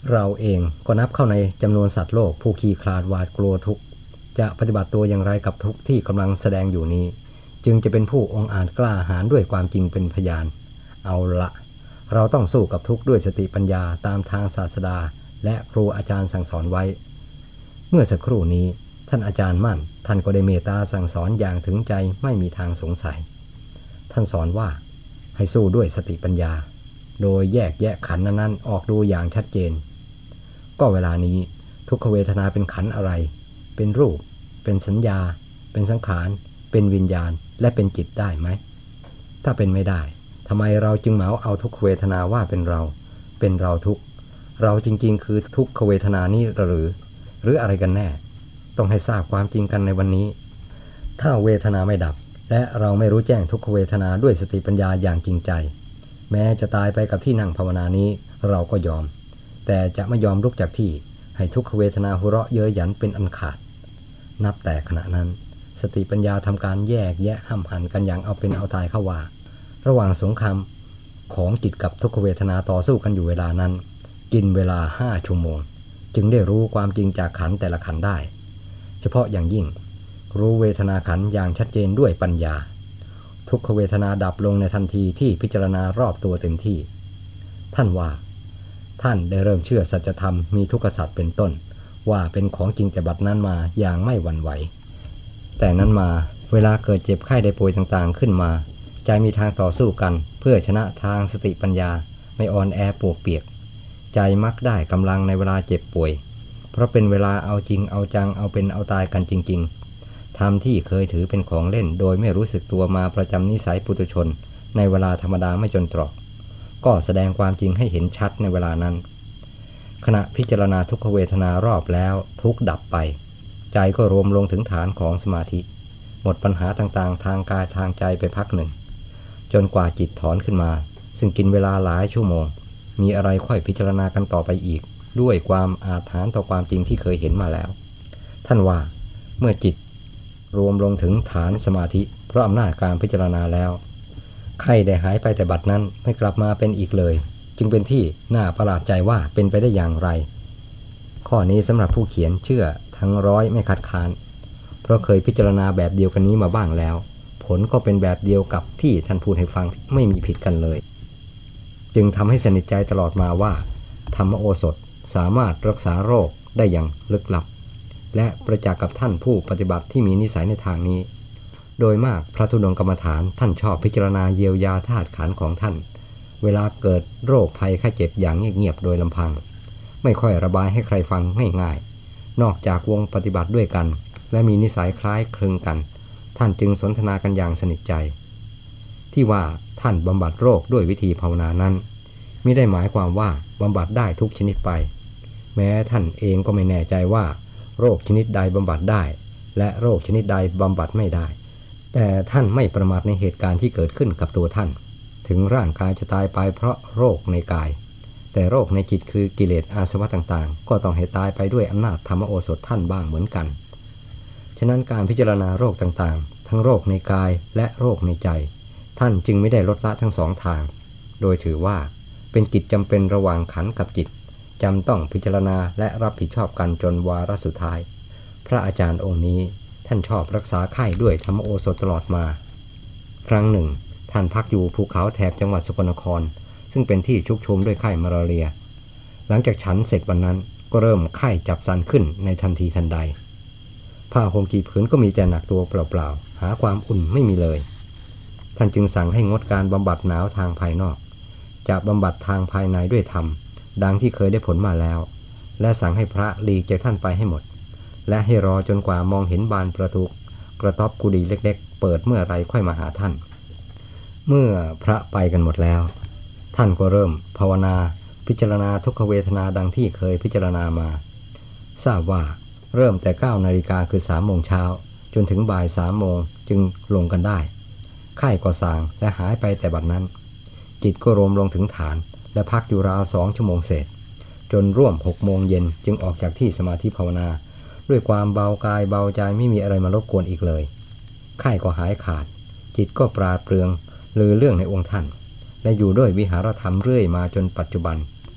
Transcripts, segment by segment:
เราเองก็นับเข้าในจำนวนสัตว์โลกผู้ขี้คลาดหวาดกลัวทุกข์จะปฏิบัติตัวอย่างไรกับทุกข์ที่กำลังแสดงอยู่นี้จึงจะเป็นผู้องอาจกล้าหาญด้วยความจริงเป็นพยานเอาละเราต้องสู้กับทุกข์ด้วยสติปัญญาตามทางศาสดาและครูอาจารย์สั่งสอนไว้เมื่อสักครู่นี้ท่านอาจารย์มั่นท่านก็ได้เมตตาสั่งสอนอย่างถึงใจไม่มีทางสงสัยท่านสอนว่าให้สู้ด้วยสติปัญญาโดยแยกแยะขันธ์นั้นออกดูอย่างชัดเจนก็เวลานี้ทุกขเวทนาเป็นขันธ์อะไรเป็นรูปเป็นสัญญาเป็นสังขารเป็นวิญญาณและเป็นจิตได้ไหมถ้าเป็นไม่ได้ทำไมเราจึงเหมาเอาทุกขเวทนาว่าเป็นเราทุกข์เราจริงๆคือทุกขเวทนานี้หรืออะไรกันแน่ต้องให้ทราบความจริงกันในวันนี้ถ้าเวทนาไม่ดับและเราไม่รู้แจ้งทุกขเวทนาด้วยสติปัญญาอย่างจริงใจแม้จะตายไปกับที่นั่งภาวนานี้เราก็ยอมแต่จะไม่ยอมลุกจากที่ให้ทุกขเวทนาหัวเราะเย้ยหยันเป็นอันขาดนับแต่ขณะนั้นสติปัญญาทำการแยกแยะห้ำหั่นกันอย่างเอาเป็นเอาตายเข้าว่าระหว่างสงครามของจิตกับทุกขเวทนาต่อสู้กันอยู่เวลานั้นกินเวลา5 ชั่วโมงจึงได้รู้ความจริงจากขันธ์แต่ละขันธ์ได้เฉพาะอย่างยิ่งรู้เวทนาขันธ์อย่างชัดเจนด้วยปัญญาทุกขเวทนาดับลงในทันทีที่พิจารณารอบตัวเต็มที่ท่านว่าท่านได้เริ่มเชื่อสัจธรรมมีทุกขสัจเป็นต้นว่าเป็นของจริงแต่บัดนั้นมาอย่างไม่หวั่นไหวแต่นั้นมาเวลาเกิดเจ็บไข้ได้ป่วยต่างๆขึ้นมาใจมีทางต่อสู้กันเพื่อชนะทางสติปัญญาไม่อ่อนแอปวกเปียกใจมักได้กำลังในเวลาเจ็บป่วยเพราะเป็นเวลาเอาจริงเอาจังเอาเป็นเอาตายกันจริงๆทำที่เคยถือเป็นของเล่นโดยไม่รู้สึกตัวมาประจำนิสัยปุถุชนในเวลาธรรมดาไม่จนตรอกก็แสดงความจริงให้เห็นชัดในเวลานั้นขณะพิจารณาทุกขเวทนารอบแล้วทุกดับไปใจก็รวมลงถึงฐานของสมาธิหมดปัญหาต่างๆทางกายทางใจไปพักหนึ่งจนกว่าจิตถอนขึ้นมาซึ่งกินเวลาหลายชั่วโมงมีอะไรค่อยพิจารณากันต่อไปอีกด้วยความอาถรรพ์ต่อความจริงที่เคยเห็นมาแล้วท่านว่าเมื่อจิตรวมลงถึงฐานสมาธิเพราะอำนาจการพิจารณาแล้วไข้ได้หายไปแต่บัดนั้นไม่กลับมาเป็นอีกเลยจึงเป็นที่น่าประหลาดใจว่าเป็นไปได้อย่างไรข้อนี้สำหรับผู้เขียนเชื่อทั้งร้อยไม่คัดค้านเพราะเคยพิจารณาแบบเดียวกันนี้มาบ้างแล้วผลก็เป็นแบบเดียวกับที่ท่านพูดให้ฟังไม่มีผิดกันเลยจึงทำให้สนิทใจตลอดมาว่าธรรมโอสถสามารถรักษาโรคได้อย่างลึกลับและประจักษ์กับท่านผู้ปฏิบัติที่มีนิสัยในทางนี้โดยมากพระธุดงค์กรรมฐานท่านชอบพิจารณาเยียวยาธาตุขันธ์ของท่านเวลาเกิดโรคภัยไข้เจ็บอย่างเงียบๆโดยลำพังไม่ค่อยระบายให้ใครฟังง่ายๆนอกจากวงปฏิบัติด้วยกันและมีนิสัยคล้ายคลึงกันท่านจึงสนทนากันอย่างสนิทใจที่ว่าท่านบำบัดโรคด้วยวิธีภาวนานั้นมิได้หมายความว่าบำบัดได้ทุกชนิดไปแม้ท่านเองก็ไม่แน่ใจว่าโรคชนิดใดบำบัดได้และโรคชนิดใดบำบัดไม่ได้แต่ท่านไม่ประมาทในเหตุการณ์ที่เกิดขึ้นกับตัวท่านถึงร่างกายจะตายไปเพราะโรคในกายแต่โรคในจิตคือกิเลสอาสวะต่างๆก็ต้องให้ตายไปด้วยอำนาจธรรมโอสถท่านบ้างเหมือนกันฉะนั้นการพิจารณาโรคต่างๆทั้งโรคในกายและโรคในใจท่านจึงไม่ได้ลดละทั้งสองทางโดยถือว่าเป็นกิจจำเป็นระหว่างขันธ์กับจิตจำต้องพิจารณาและรับผิดชอบกันจนวาระสุดท้ายพระอาจารย์องค์นี้ท่านชอบรักษาไข้ด้วยธรรมโอสถตลอดมาครั้งหนึ่งท่านพักอยู่ภูเขาแถบจังหวัดสกลนครซึ่งเป็นที่ชุกชุมด้วยไข้มาลาเรียหลังจากฉันเสร็จวันนั้นก็เริ่มไข้จับสันขึ้นในทันทีทันใดผ้าห่มกี่ผืนก็มีแต่หนักตัวเปล่าๆหาความอุ่นไม่มีเลยท่านจึงสั่งให้งดการบำบัดหนาวทางภายนอกจะบำบัดทางภายในด้วยธรรมดังที่เคยได้ผลมาแล้วและสั่งให้พระหลีกจากท่านไปให้หมดและให้รอจนกว่ามองเห็นบานประตูกระต๊อบกุฏิเล็กๆเปิดเมื่อไรค่อยมาหาท่านเมื่อพระไปกันหมดแล้วท่านก็เริ่มภาวนาพิจารณาทุกขเวทนาดังที่เคยพิจารณามาทราบว่าเริ่มแต่9 นาฬิกาคือ3 โมงเช้าจนถึงบ่าย3 โมงจึงลงกันได้ไข้ก็สางและหายไปแต่บัดนั้นจิตก็รวมลงถึงฐานและพักอยู่ราว2 ชั่วโมงเศษจนร่วม6 โมงเย็นจึงออกจากที่สมาธิภาวนาด้วยความเบากายเบาใจไม่มีอะไรมารบกวนอีกเลยไข้ก็หายขาดจิตก็ปราดเปรื่องลือเรื่องในองค์ท่านและอยู่ด้วยวิหารธรรมเรื่อยมาจนปัจจุบัน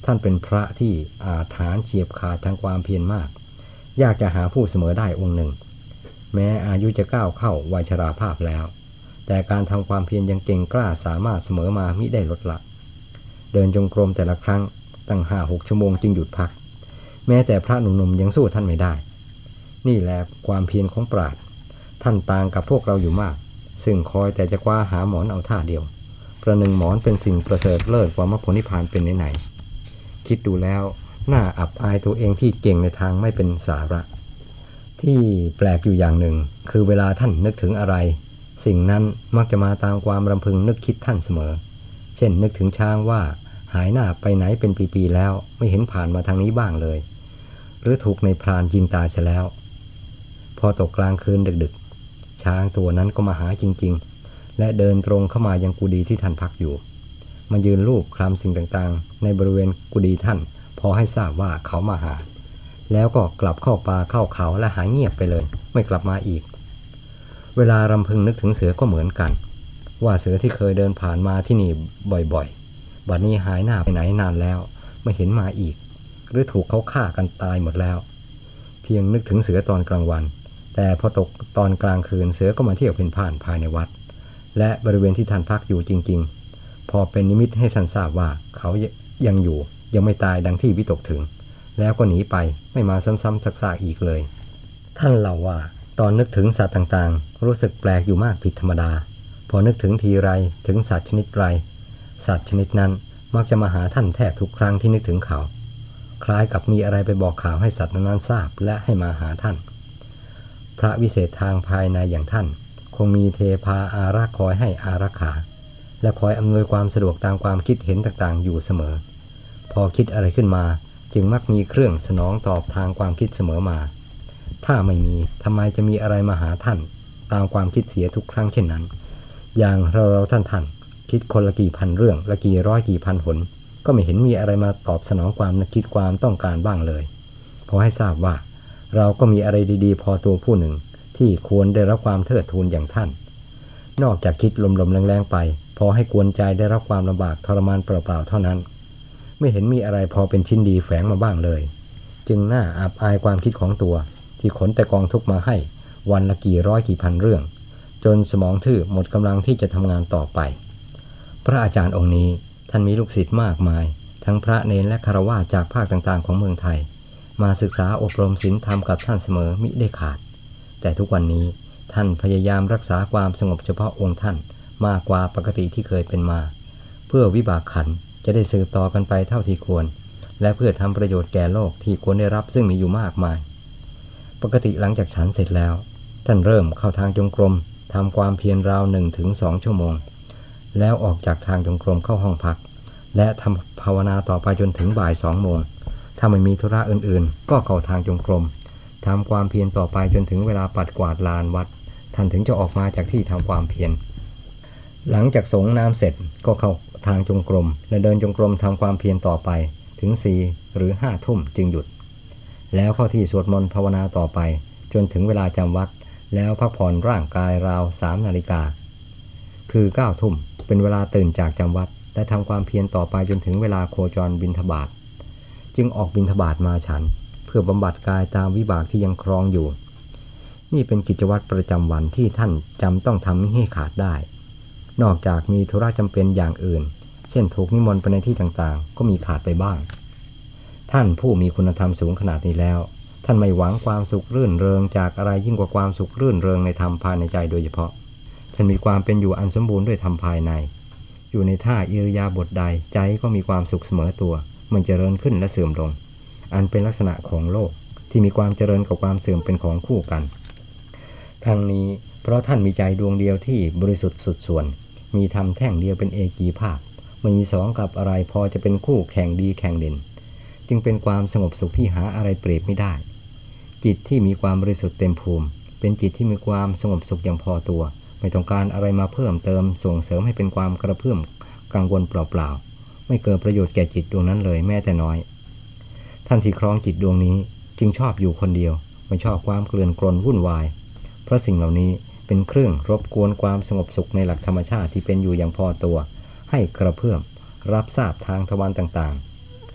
ท่านเป็นพระที่อาถรรพ์เฉียบขาดทางความเพียรมากยากจะหาผู้เสมอได้องค์หนึ่งแม้อายุจะก้าวเข้าวัยชราภาพแล้วแต่การทำความเพียรยังเก่งกล้าสามารถเสมอมามิได้ลดละเดินจงกรมแต่ละครั้งตั้ง5-6 ชั่วโมงจึงหยุดพักแม้แต่พระหนุ่มๆยังสู้ท่านไม่ได้นี่แหละความเพียรของปราชญ์ท่านต่างกับพวกเราอยู่มากซึ่งคอยแต่จะคว้าหาหมอนเอาท่าเดียวประหนึ่งหมอนเป็นสิ่งประเสริฐเลิศกว่ามรรคผลนิพพานเป็นไหนๆคิดดูแล้วน่าอับอายตัวเองที่เก่งในทางไม่เป็นสาระที่แปลกอยู่อย่างหนึ่งคือเวลาท่านนึกถึงอะไรสิ่งนั้นมักจะมาตามความรำพึงนึกคิดท่านเสมอเช่นนึกถึงช้างว่าหายหน้าไปไหนเป็นปีๆแล้วไม่เห็นผ่านมาทางนี้บ้างเลยหรือถูกในพรานยิงตายเสียแล้วพอตกกลางคืนดึกๆช้างตัวนั้นก็มาหาจริงๆและเดินตรงเข้ามายังกุฏิที่ท่านพักอยู่มายืนลูบคลำสิ่งต่างๆในบริเวณกุฏิท่านพอให้ทราบว่าเขามาหาแล้วก็กลับเข้าป่าเข้าเขาและหายเงียบไปเลยไม่กลับมาอีกเวลารำพึงนึกถึงเสือก็เหมือนกันว่าเสือที่เคยเดินผ่านมาที่นี่บ่อยๆบัดนี้หายหน้าไปไหนนานแล้วไม่เห็นมาอีกหรือถูกเขาฆ่ากันตายหมดแล้วเพียงนึกถึงเสือตอนกลางวันแต่พอตกตอนกลางคืนเสือก็มาเที่ยวเพ่นพ่านภายในวัดและบริเวณที่ท่านพักอยู่จริงๆพอเป็นนิมิตให้ท่านทราบว่าเขายังอยู่ยังไม่ตายดังที่วิตกถึงแล้วก็หนีไปไม่มาซ้ำๆซักๆอีกเลยท่านเล่าว่าตอนนึกถึงสัตว์ต่างๆรู้สึกแปลกอยู่มากผิดธรรมดาพอนึกถึงทีไรถึงสัตว์ชนิดไรสัตว์ชนิดนั้นมักจะมาหาท่านแทบทุกครั้งที่นึกถึงเขาคล้ายกับมีอะไรไปบอกข่าวให้สัตว์นั้นทราบและให้มาหาท่านพระวิเศษทางภายในอย่างท่านคงมีเทพาอารักษ์คอยให้อารักขาและคอยอำนวยความสะดวกตามความคิดเห็นต่างๆอยู่เสมอพอคิดอะไรขึ้นมาจึงมักมีเครื่องสนองตอบทางความคิดเสมอมาถ้าไม่มีทำไมจะมีอะไรมาหาท่านตามความคิดเสียทุกครั้งเช่นนั้นอย่างเราท่านคิดคนละกี่พันเรื่องละกี่ร้อยกี่พันหนก็ไม่เห็นมีอะไรมาตอบสนองความนึกคิดความต้องการบ้างเลยพอให้ทราบว่าเราก็มีอะไรดีๆพอตัวผู้หนึ่งที่ควรได้รับความเทิดทูนอย่างท่านนอกจากคิดลมๆแรงๆไปพอให้กวนใจได้รับความลำบากทรมานเปล่าๆเท่านั้นไม่เห็นมีอะไรพอเป็นชิ้นดีแฝงมาบ้างเลยจึงน่าอับอายความคิดของตัวที่ขนแต่กองทุกมาให้วันละกี่ร้อยกี่พันเรื่องจนสมองทื่อหมดกำลังที่จะทำงานต่อไปพระอาจารย์องค์นี้ท่านมีลูกศิษย์มากมายทั้งพระเณรและฆราวาสจากภาคต่างๆของเมืองไทยมาศึกษาอบรมศีลธรรมกับท่านเสมอมิได้ขาดแต่ทุกวันนี้ท่านพยายามรักษาความสงบเฉพาะองค์ท่านมากกว่าปกติที่เคยเป็นมาเพื่อวิบากขันธ์จะได้สืบต่อกันไปเท่าที่ควรและเพื่อทำประโยชน์แก่โลกที่ควรได้รับซึ่งมีอยู่มากมายปกติหลังจากฉันเสร็จแล้วท่านเริ่มเข้าทางจงกรมทำความเพียรราว 1-2 ชั่วโมงแล้วออกจากทางจงกรมเข้าห้องพักและทำภาวนาต่อไปจนถึงบ่าย 2 โมงถ้าไม่มีธุระอื่นๆก็เข้าทางจงกรมทำความเพียรต่อไปจนถึงเวลาปัดกวาดลานวัดท่านถึงจะออกมาจากที่ทำความเพียรหลังจากสงน้ำเสร็จก็เข้าทางจงกรมและเดินจงกรมทำความเพียรต่อไปถึง 4 หรือ 5 ทุ่มจึงหยุดแล้วเข้าที่สวดมนต์ภาวนาต่อไปจนถึงเวลาจำวัดแล้วพักผ่อนร่างกายราว 3 นาฬิกาคือ 9 ทุ่มเป็นเวลาตื่นจากจำวัดและทำความเพียรต่อไปจนถึงเวลาโคจรบิณฑบาตจึงออกบิณฑบาตมาฉันเพื่อบำบัดกายตามวิบากที่ยังครองอยู่นี่เป็นกิจวัตรประจำวันที่ท่านจำต้องทำให้ขาดได้นอกจากมีธุระจำเป็นอย่างอื่นเช่นถูกนิมนต์ไปในที่ต่างๆก็มีขาดไปบ้างท่านผู้มีคุณธรรมสูงขนาดนี้แล้วท่านไม่หวังความสุขรื่นเริงจากอะไรยิ่งกว่าความสุขรื่นเริงในธรรมภายในใจโดยเฉพาะท่านมีความเป็นอยู่อันสมบูรณ์ด้วยธรรมภายในอยู่ในท่าอิริยาบถใดใจก็มีความสุขเสมอตัวมันเจริญขึ้นและเสื่อมลงอันเป็นลักษณะของโลกที่มีความเจริญกับความเสื่อมเป็นของคู่กันทั้งนี้เพราะท่านมีใจดวงเดียวที่บริสุทธิ์สุดส่วนมีธรรมแท่งเดียวเป็นเอกีภาพไม่มีสองกับอะไรพอจะเป็นคู่แข่งดีแข่งเด่นจึงเป็นความสงบสุขที่หาอะไรเปรียบไม่ได้จิตที่มีความบริสุทธิ์เต็มภูมิเป็นจิตที่มีความสงบสุขอย่างพอตัวไม่ต้องการอะไรมาเพิ่มเติมส่งเสริมให้เป็นความกระเพื่อมกังวลเปล่าๆไม่เกิดประโยชน์แก่จิตดวงนั้นเลยแม้แต่น้อยท่านที่ครองจิตดวงนี้จึงชอบอยู่คนเดียวไม่ชอบความเกลื่อนกลนวุ่นวายเพราะสิ่งเหล่านี้เป็นเครื่องรบกวนความสงบสุขในหลักธรรมชาติที่เป็นอยู่อย่างพอตัวให้กระเพื่อมรับทราบทางทวารต่าง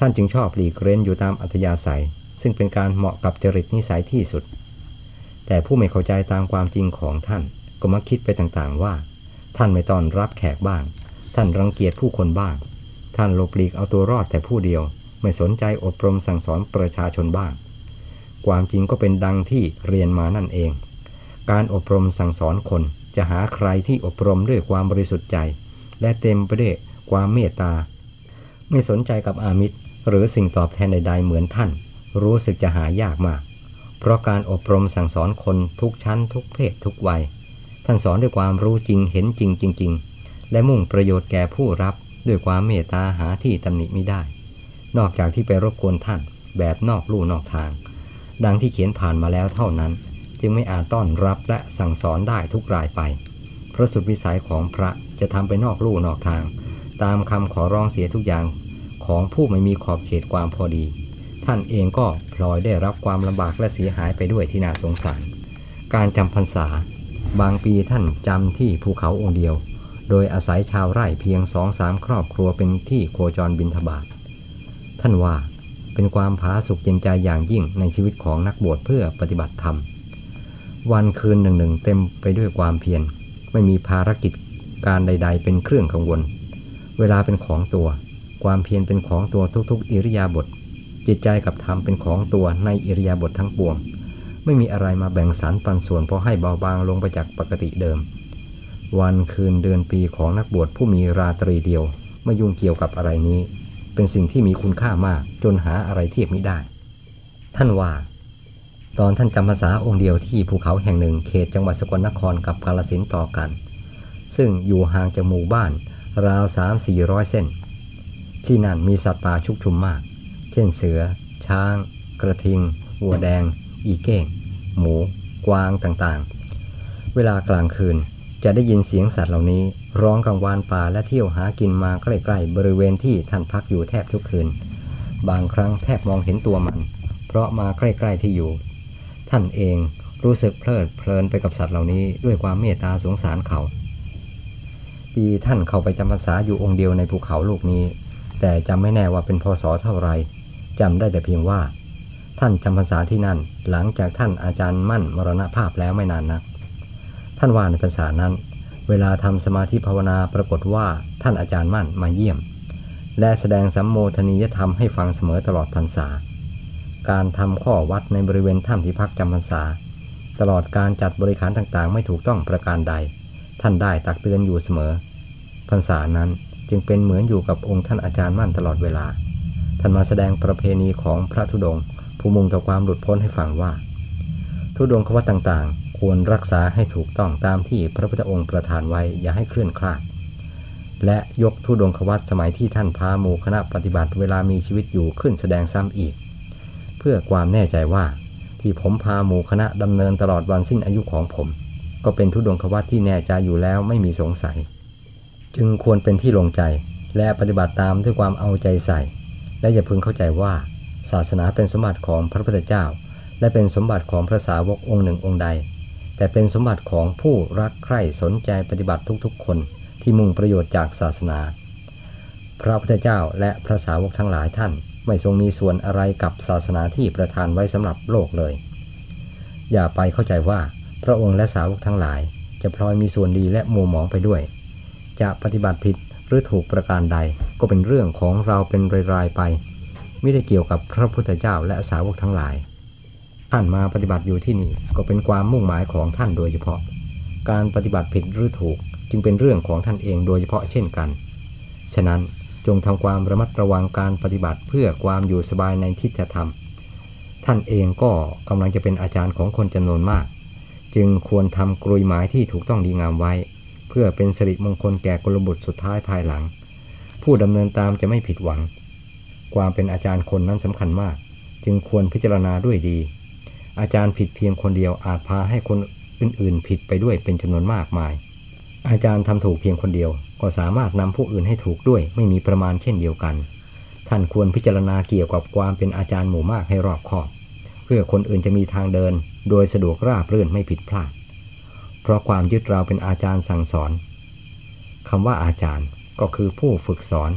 ท่านจึงชอบหลีกเร้นอยู่ตามอัธยาศัยซึ่งเป็นการเหมาะกับจริตนิสัยที่สุดแต่ผู้ไม่เข้าใจตามความจริงของท่านก็มักคิดไปต่างๆว่าท่านไม่ต้อนรับแขกบ้างท่านรังเกียจผู้คนบ้างท่านหลบหลีกเอาตัวรอดแต่ผู้เดียวไม่สนใจอบรมสั่งสอนประชาชนบ้างความจริงก็เป็นดังที่เรียนมานั่นเองการอบรมสั่งสอนคนจะหาใครที่อบรมด้วยความบริสุทธิ์ใจและเต็มไปด้วยความเมตตาไม่สนใจกับอามิตรหรือสิ่งตอบแทนใดๆเหมือนท่านรู้สึกจะหายากมากเพราะการอบรมสั่งสอนคนทุกชั้นทุกเพศทุกวัยท่านสอนด้วยความรู้จริงเห็นจริงจริงๆและมุ่งประโยชน์แก่ผู้รับด้วยความเมตตาหาที่ตำหนิไม่ได้นอกจากที่ไปรบกวนท่านแบบนอกลู่นอกทางดังที่เขียนผ่านมาแล้วเท่านั้นจึงไม่อาจต้อนรับและสั่งสอนได้ทุกรายไปเพราะสุดวิสัยของพระจะทำไปนอกลู่นอกทางตามคำขอร้องเสียทุกอย่างของผู้ไม่มีขอบเขตความพอดีท่านเองก็พลอยได้รับความลำบากและเสียหายไปด้วยที่น่าสงสารการจำพรรษาบางปีท่านจำที่ภูเขาองค์เดียวโดยอาศัยชาวไร่เพียง 2-3 ครอบครัวเป็นที่โคจรบิณฑบาตท่านว่าเป็นความผาสุกเย็นใจอย่างยิ่งในชีวิตของนักบวชเพื่อปฏิบัติธรรมวันคืนหนึ่งเต็มไปด้วยความเพียรไม่มีภารกิจการใดๆเป็นเครื่องกังวลเวลาเป็นของตัวความเพียรเป็นของตัวทุกๆอิริยาบถจิตใจกับธรรมเป็นของตัวในอิริยาบถทั้งปวงไม่มีอะไรมาแบ่งสรรปันส่วนพอให้เบาบางลงไปจากปกติเดิมวันคืนเดือนปีของนักบวชผู้มีราตรีเดียวไม่ยุ่งเกี่ยวกับอะไรนี้เป็นสิ่งที่มีคุณค่ามากจนหาอะไรเทียบไม่ได้ท่านว่าตอนท่านจำพรรษาองค์เดียวที่ภูเขาแห่งหนึ่งเขตจังหวัดสกลนครกับกาฬสินธุ์ต่อกันซึ่งอยู่ห่างจากหมู่บ้านราว 300-400 เส้นที่นั่นมีสัตว์ป่าชุกชุมมากเช่นเสือช้างกระทิงวัวแดงอีเก้งหมูกวางต่างๆเวลากลางคืนจะได้ยินเสียงสัตว์เหล่านี้ร้องกังวานป่าและเที่ยวหากินมาใกล้ๆบริเวณที่ท่านพักอยู่แทบทุกคืนบางครั้งแทบมองเห็นตัวมันเพราะมาใกล้ๆที่อยู่ท่านเองรู้สึกเพลิดเพลินไปกับสัตว์เหล่านี้ด้วยความเมตตาสงสารเขาปีท่านเข้าไปจำพรรษาอยู่องค์เดียวในภูเขาลูกนี้แต่จำไม่แน่ว่าเป็นพ.ศ.เท่าไรจำได้แต่เพียงว่าท่านจำพรรษาที่นั่นหลังจากท่านอาจารย์มั่นมรณภาพแล้วไม่นานนักท่านว่าในพรรษานั้นเวลาทำสมาธิภาวนาปรากฏว่าท่านอาจารย์มั่นมาเยี่ยมและแสดงสัมโมทนียธรรมให้ฟังเสมอตลอดพรรษาการทำข้อวัดในบริเวณถ้ำที่พักจำพรรษาตลอดการจัดบริขารต่างๆไม่ถูกต้องประการใดท่านได้ตักเตือนอยู่เสมอพรรษานั้นจึงเป็นเหมือนอยู่กับองค์ท่านอาจารย์มั่นตลอดเวลาท่านมาแสดงประเพณีของพระธุดงค์ผู้มุ่งต่อความหลุดพ้นให้ฟังว่าธุดงควัตต่างๆควรรักษาให้ถูกต้องตามที่พระพุทธองค์ประทานไว้อย่าให้เคลื่อนคลาดและยกธุดงควัตสมัยที่ท่านพาหมู่คณะปฏิบัติเวลามีชีวิตอยู่ขึ้นแสดงซ้ำอีกเพื่อความแน่ใจว่าที่ผมพาหมู่คณะดำเนินตลอดวันสิ้นอายุของผมก็เป็นธุดงควัตที่แน่ใจอยู่แล้วไม่มีสงสัยจึงควรเป็นที่ลงใจและปฏิบัติตามด้วยความเอาใจใส่และอย่าพึงเข้าใจว่าศาสนาเป็นสมบัติของพระพุทธเจ้าและเป็นสมบัติของพระสาวกองค์หนึ่งองค์ใดแต่เป็นสมบัติของผู้รักใคร่สนใจปฏิบัติทุกๆคนที่มุ่งประโยชน์จากศาสนาพระพุทธเจ้าและพระสาวกทั้งหลายท่านไม่ทรงมีส่วนอะไรกับศาสนาที่ประทานไว้สำหรับโลกเลยอย่าไปเข้าใจว่าพระองค์และสาวกทั้งหลายจะพลอยมีส่วนดีและมัวหมองไปด้วยจะปฏิบัติผิดหรือถูกประการใดก็เป็นเรื่องของเราเป็นรายๆไปไม่ได้เกี่ยวกับพระพุทธเจ้าและสาวกทั้งหลายท่านมาปฏิบัติอยู่ที่นี่ก็เป็นความมุ่งหมายของท่านโดยเฉพาะการปฏิบัติผิดหรือถูกจึงเป็นเรื่องของท่านเองโดยเฉพาะเช่นกันฉะนั้นจงทำความระมัดระวังการปฏิบัติเพื่อความอยู่สบายในทิฏฐธรรมท่านเองก็กำลังจะเป็นอาจารย์ของคนจำนวนมากจึงควรทำกรุยหมายที่ถูกต้องดีงามไว้เพื่อเป็นสิริมงคลแก่กุลบุตรสุดท้ายภายหลังผู้ดำเนินตามจะไม่ผิดหวังความเป็นอาจารย์คนนั้นสำคัญมากจึงควรพิจารณาด้วยดีอาจารย์ผิดเพียงคนเดียวอาจพาให้คนอื่นๆผิดไปด้วยเป็นจำนวนมากมายอาจารย์ทำถูกเพียงคนเดียวก็สามารถนำผู้อื่นให้ถูกด้วยไม่มีประมาณเช่นเดียวกันท่านควรพิจารณาเกี่ยวกับความเป็นอาจารย์หมู่มากให้รอบคอบเพื่อคนอื่นจะมีทางเดินโดยสะดวกราบรื่นไม่ผิดพลาดเพราะความยึดเราเป็นอาจารย์สั่งสอนคำว่าอาจารย์ก็คือผู้ฝึกสอน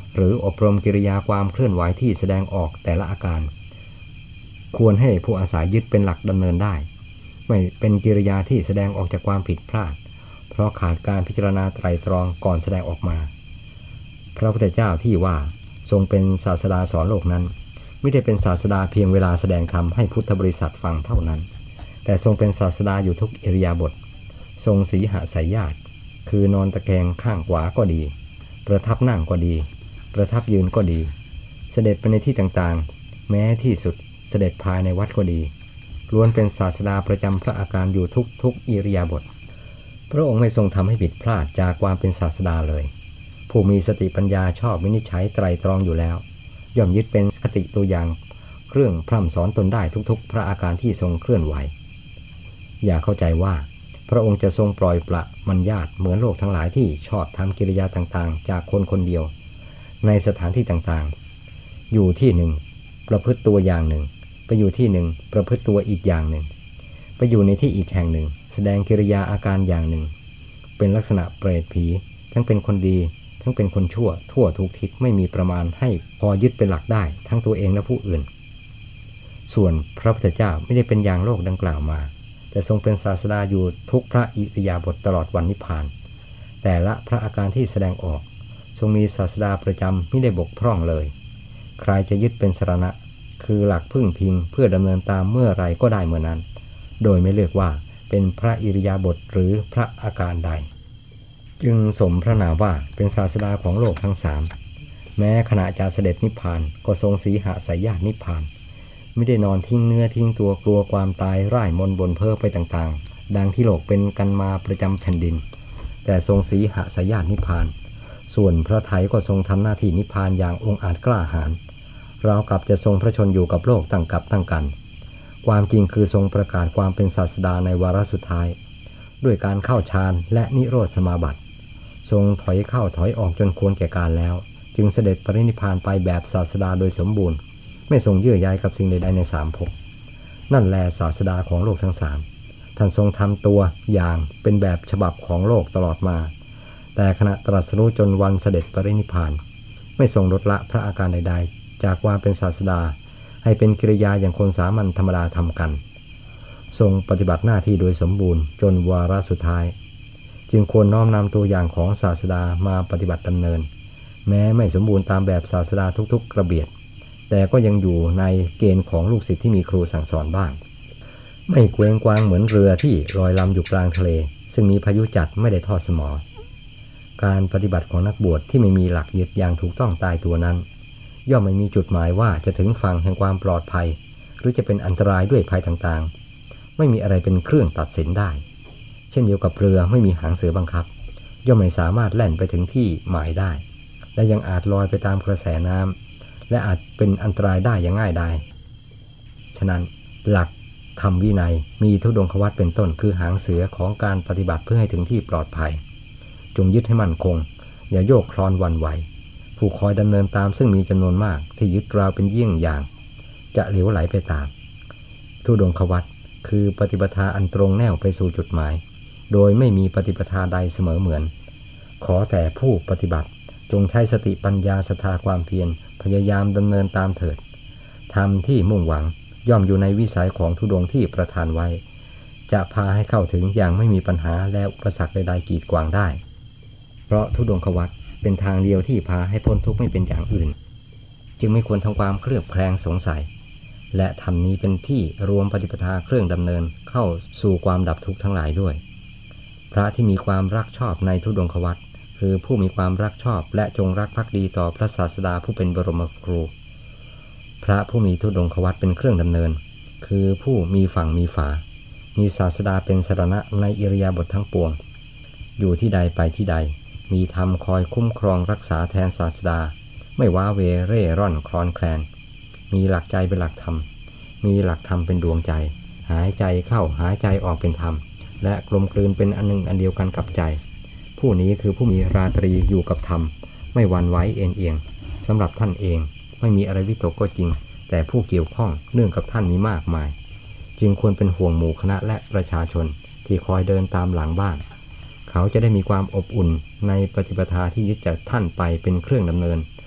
หรืออบรมกิริยาความเคลื่อนไหวที่แสดงออกแต่ละอาการควรให้ผู้อาศัยยึดเป็นหลักดำเนินได้ไม่เป็นกิริยาที่แสดงออกจากความผิดพลาดเพราะขาดการพิจารณาไตร่ตรองก่อนแสดงออกมาพระพุทธเจ้าที่ว่าทรงเป็นศาสดาสอนโลกนั้นไม่ได้เป็นศาสดาเพียงเวลาแสดงธรรมให้พุทธบริษัทฟังเท่านั้นแต่ทรงเป็นศาสดาอยู่ทุกอิริยาบถทรงสีหสายญาติคือนอนตะแคงข้างขวาก็ดีประทับนั่งก็ดีประทับยืนก็ดีเสด็จไปในที่ต่างๆแม้ที่สุดเสด็จภายในวัดก็ดีล้วนเป็นศาสดาประจำพระอาการอยู่ทุกอิริยาบถพระองค์ไม่ทรงทำให้ผิดพลาดจากความเป็นศาสดาเลยผู้มีสติปัญญาชอบวินิจฉัยไตรตรองอยู่แล้วย่อมยึดเป็นคติตัวอย่างเครื่องพร่ำสอนตนได้ทุกๆพระอาการที่ทรงเคลื่อนไหวอย่าเข้าใจว่าพระองค์จะทรงปล่อยปละมัญญาตเหมือนโลกทั้งหลายที่ชอบทำกิริยาต่างๆจากคนคนเดียวในสถานที่ต่างๆอยู่ที่หนึ่งประพฤติตัวอย่างหนึ่งไปอยู่ที่หนึ่งประพฤติตัวอีกอย่างหนึ่งไปอยู่ในที่อีกแห่งหนึ่งแสดงกิริยาอาการอย่างหนึ่งเป็นลักษณะเปรตผีทั้งเป็นคนดีทั้งเป็นคนชั่วทั่วทุกทิศไม่มีประมาณให้พอยึดเป็นหลักได้ทั้งตัวเองและผู้อื่นส่วนพระพุทธเจ้าไม่ได้เป็นอย่างโลกดังกล่าวมาแต่ทรงเป็นศาสดาอยู่ทุกพระอิริยาบถตลอดวันนิพพานแต่ละพระอาการที่แสดงออกทรงมีศาสดาประจำไม่ได้บกพร่องเลยใครจะยึดเป็นสรณะคือหลักพึ่งพิงเพื่อดำเนินตามเมื่อไรก็ได้เมื่อนั้นโดยไม่เลือกว่าเป็นพระอิริยาบถหรือพระอาการใดจึงสมพระนามว่าเป็นศาสดาของโลกทั้งสามแม้ขณะจะเสด็จนิพพานก็ทรงสีหสายญาตินิพพานไม่ได้นอนทิ้งเนื้อทิ้งตัวกลัวความตายร่ายมนบนเพ้อไปต่างๆดังที่โลกเป็นกันมาประจำแผ่นดินแต่ทรงสีหสายญาตินิพพานส่วนพระทัยก็ทรงทำหน้าที่นิพพานอย่างองอาจกล้าหาญราวกับจะทรงพระชนอยู่กับโลกตั้งกับตั้งกันความจริงคือทรงประกาศความเป็นศาสดาในวาระสุดท้ายด้วยการเข้าฌานและนิโรธสมาบัติทรงถอยเข้าถอยออกจนควรแก่การแล้วจึงเสด็จปรินิพพานไปแบบศาสดาโดยสมบูรณ์ไม่ทรงเยื่อใยกับสิ่งใดๆในสามภพนั่นแลศาสดาของโลกทั้งสามท่านทรงทำตัวอย่างเป็นแบบฉบับของโลกตลอดมาแต่ขณะตรัสรู้จนวันเสด็จปรินิพพานไม่ทรงลดละพระอาการใดๆจากความเป็นศาสดาให้เป็นกิริยาอย่างคนสามัญธรรมดาทำกันทรงปฏิบัติหน้าที่โดยสมบูรณ์จนวาระสุดท้ายจึงควรน้อมนำตัวอย่างของศาสดามาปฏิบัติดำเนินแม้ไม่สมบูรณ์ตามแบบศาสดาทุกๆกระเบียดแต่ก็ยังอยู่ในเกณฑ์ของลูกศิษย์ที่มีครูสั่งสอนบ้างไม่เคว้งคว้างเหมือนเรือที่ลอยลำอยู่กลางทะเลซึ่งมีพายุจัดไม่ได้ทอดสมอการปฏิบัติของนักบวชที่ไม่มีหลักยึดอย่างถูกต้องตายตัวนั้นย่อมไม่มีจุดหมายว่าจะถึงฝั่งแห่งความปลอดภัยหรือจะเป็นอันตรายด้วยภัยต่างๆไม่มีอะไรเป็นเครื่องตัดสินได้เช่นเดียวกับเรือไม่มีหางเสือบังคับย่อมไม่สามารถแล่นไปถึงที่หมายได้และยังอาจลอยไปตามกระแสน้ำและอาจเป็นอันตรายได้อย่างง่ายดายฉะนั้นหลักธรรมวินัยมีธุดงควัตรเป็นต้นคือหางเสือของการปฏิบัติเพื่อให้ถึงที่ปลอดภัยจงยึดให้มั่นคงอย่าโยกคลอนหวั่นไหวผู้คอยดำเนินตามซึ่งมีจำนวนมากที่ยึดราวเป็นเยี่ยงอย่างจะเหลวไหลไปตามธุดงควัตรคือปฏิปทาอันตรงแนวไปสู่จุดหมายโดยไม่มีปฏิปทาใดเสมอเหมือนขอแต่ผู้ปฏิบัติจงใช้สติปัญญาศรัทธาความเพียรพยายามดำเนินตามเถิดธรรมที่มุ่งหวังย่อมอยู่ในวิสัยของธุดงค์ที่ประทานไว้จะพาให้เข้าถึงอย่างไม่มีปัญหาและอุปสรรคใดๆกีดขวางได้เพราะธุดงควัตรเป็นทางเดียวที่พาให้พ้นทุกข์ไม่เป็นอย่างอื่นจึงไม่ควรทำความเคลือบแคลงสงสัยและธรรมนี้เป็นที่รวมปฏิปทาเครื่องดำเนินเข้าสู่ความดับทุกข์ทั้งหลายด้วยพระที่มีความรักชอบในธุดงควัตรคือผู้มีความรักชอบและจงรักภักดีต่อพระศาสดาผู้เป็นบรมครูพระผู้มีธุดงควัตรเป็นเครื่องดำเนินคือผู้มีฝั่งมีฝามีศาสดาเป็นสรณะในอิริยาบถทั้งปวงอยู่ที่ใดไปที่ใดมีธรรมคอยคุ้มครองรักษาแทนศาสดาไม่ว้าเวเร่ร่อนคลอนแคลนมีหลักใจเป็นหลักธรรมมีหลักธรรมเป็นดวงใจหายใจเข้าหายใจออกเป็นธรรมและกลมกลืนเป็นอันหนึ่งอันเดียวกันกับใจผู้นี้คือผู้มีราตรีอยู่กับธรรมไม่หวั่นไหวเอ็นเอียงสำหรับท่านเองไม่มีอะไรวิตกก็จริงแต่ผู้เกี่ยวข้องเนื่องกับท่านมีมากมายจึงควรเป็นห่วงหมู่คณะและประชาชนที่คอยเดินตามหลังบ้านเขาจะได้มีความอบอุ่นในปฏิปทาที่ยึดจากท่านไปเป็นเครื่องดำเนิน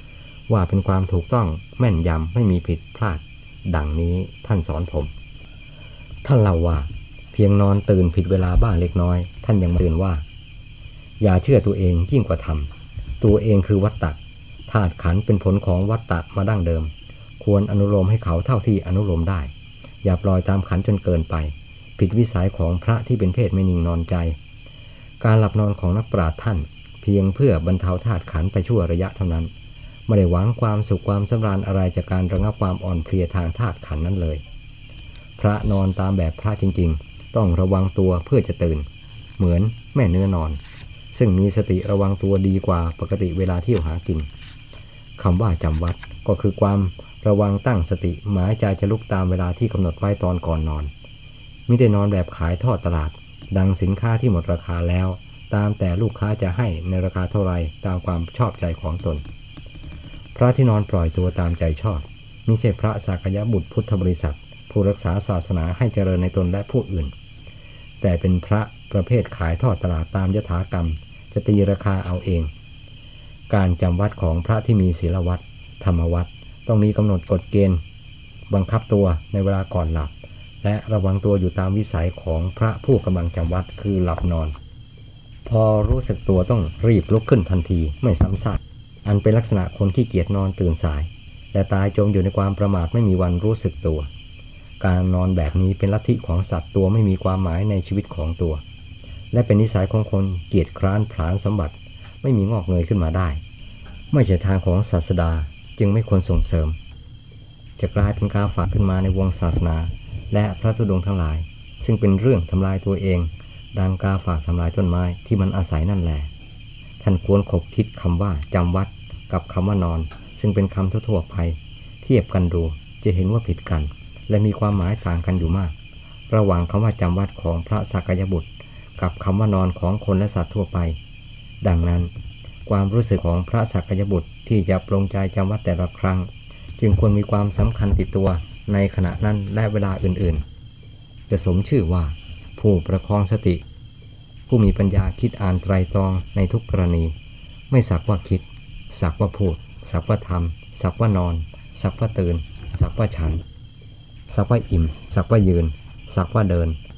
ว่าเป็นความถูกต้องแม่นยำไม่มีผิดพลาดดังนี้ท่านสอนผมท่านเล่าว่าเพียงนอนตื่นผิดเวลาบ้างเล็กน้อยท่านยังตื่นว่าอย่าเชื่อตัวเองยิ่งกว่าธรรมตัวเองคือวัตตะธาตุขันธ์เป็นผลของวัตตะมาดั้งเดิมควรอนุโลมให้เขาเท่าที่อนุโลมได้อย่าปล่อยตามขันธ์จนเกินไปผิดวิสัยของพระที่เป็นเพศไม่นิ่งนอนใจการหลับนอนของนักปราชญ์ท่านเพียงเพื่อบรรเทาธาตุขันธ์ไปชั่วระยะเท่านั้นไม่ได้หวังความสุขความสำราญอะไรจากการระงับความอ่อนเพลียทางธาตุขันธ์นั้นเลยพระนอนตามแบบพระจริงๆต้องระวังตัวเพื่อจะตื่นเหมือนแม่เนื้อนอนซึ่งมีสติระวังตัวดีกว่าปกติเวลาเที่ยวหากินคำว่าจำวัดก็คือความระวังตั้งสติหมายใจจะลุกตามเวลาที่กำหนดไว้ตอนก่อนนอนไม่ได้นอนแบบขายทอดตลาดดังสินค้าที่หมดราคาแล้วตามแต่ลูกค้าจะให้ในราคาเท่าไรตามความชอบใจของตนพระที่นอนปล่อยตัวตามใจชอบมิใช่พระสากยบุตรพุทธบริษัทผู้รักษาศาสนาให้เจริญในตนและผู้อื่นแต่เป็นพระประเภทขายทอดตลาดตามยถากรรมจะตีราคาเอาเองการจำวัดของพระที่มีศีลวัดธรรมวัดต้องมีกำหนดกฎเกณฑ์บังคับตัวในเวลาก่อนหลับและระวังตัวอยู่ตามวิสัยของพระผู้กำลังจำวัดคือหลับนอนพอรู้สึกตัวต้องรีบลุกขึ้นทันทีไม่ซ้ำซากอันเป็นลักษณะคนขี้เกียจนอนตื่นสายและตายจมอยู่ในความประมาทไม่มีวันรู้สึกตัวการนอนแบบนี้เป็นลัทธิของสัตว์ตัวไม่มีความหมายในชีวิตของตัวและเป็นนิสัยของคนเกียจคร้านผลาญสมบัติไม่มีงอกเงยขึ้นมาได้ไม่ใช่ทางของศาสดาจึงไม่ควรส่งเสริมจะกลายเป็นกาฝากขึ้นมาในวงศาสนาและพระธุดงค์ทั้งหลายซึ่งเป็นเรื่องทำลายตัวเองดังกาฝากทำลายต้นไม้ที่มันอาศัยนั่นแหละท่านควรคบคิดคำว่าจำวัดกับคำว่านอนซึ่งเป็นคำทั่วๆไปเทียบกันดูจะเห็นว่าผิดกันและมีความหมายต่างกันอยู่มากระหว่างคำว่าจำวัดของพระสากยบุตรกับคำว่านอนของคนและสัตว์ทั่วไปดังนั้นความรู้สึกของพระสากยบุตรที่จะปรงใจจำวัดแต่ละครั้งจึงควรมีความสำคัญติดตัวในขณะนั้นและเวลาอื่นๆจะสมชื่อว่าผู้ประคองสติผู้มีปัญญาคิดอ่านไตรตรองในทุกกรณีไม่สักว่าคิดสักว่าพูดสักว่าทำสักว่านอนสักว่าตื่นสักว่าฉันสักว่าอิ่มสักว่ายืนสักว่าเดิน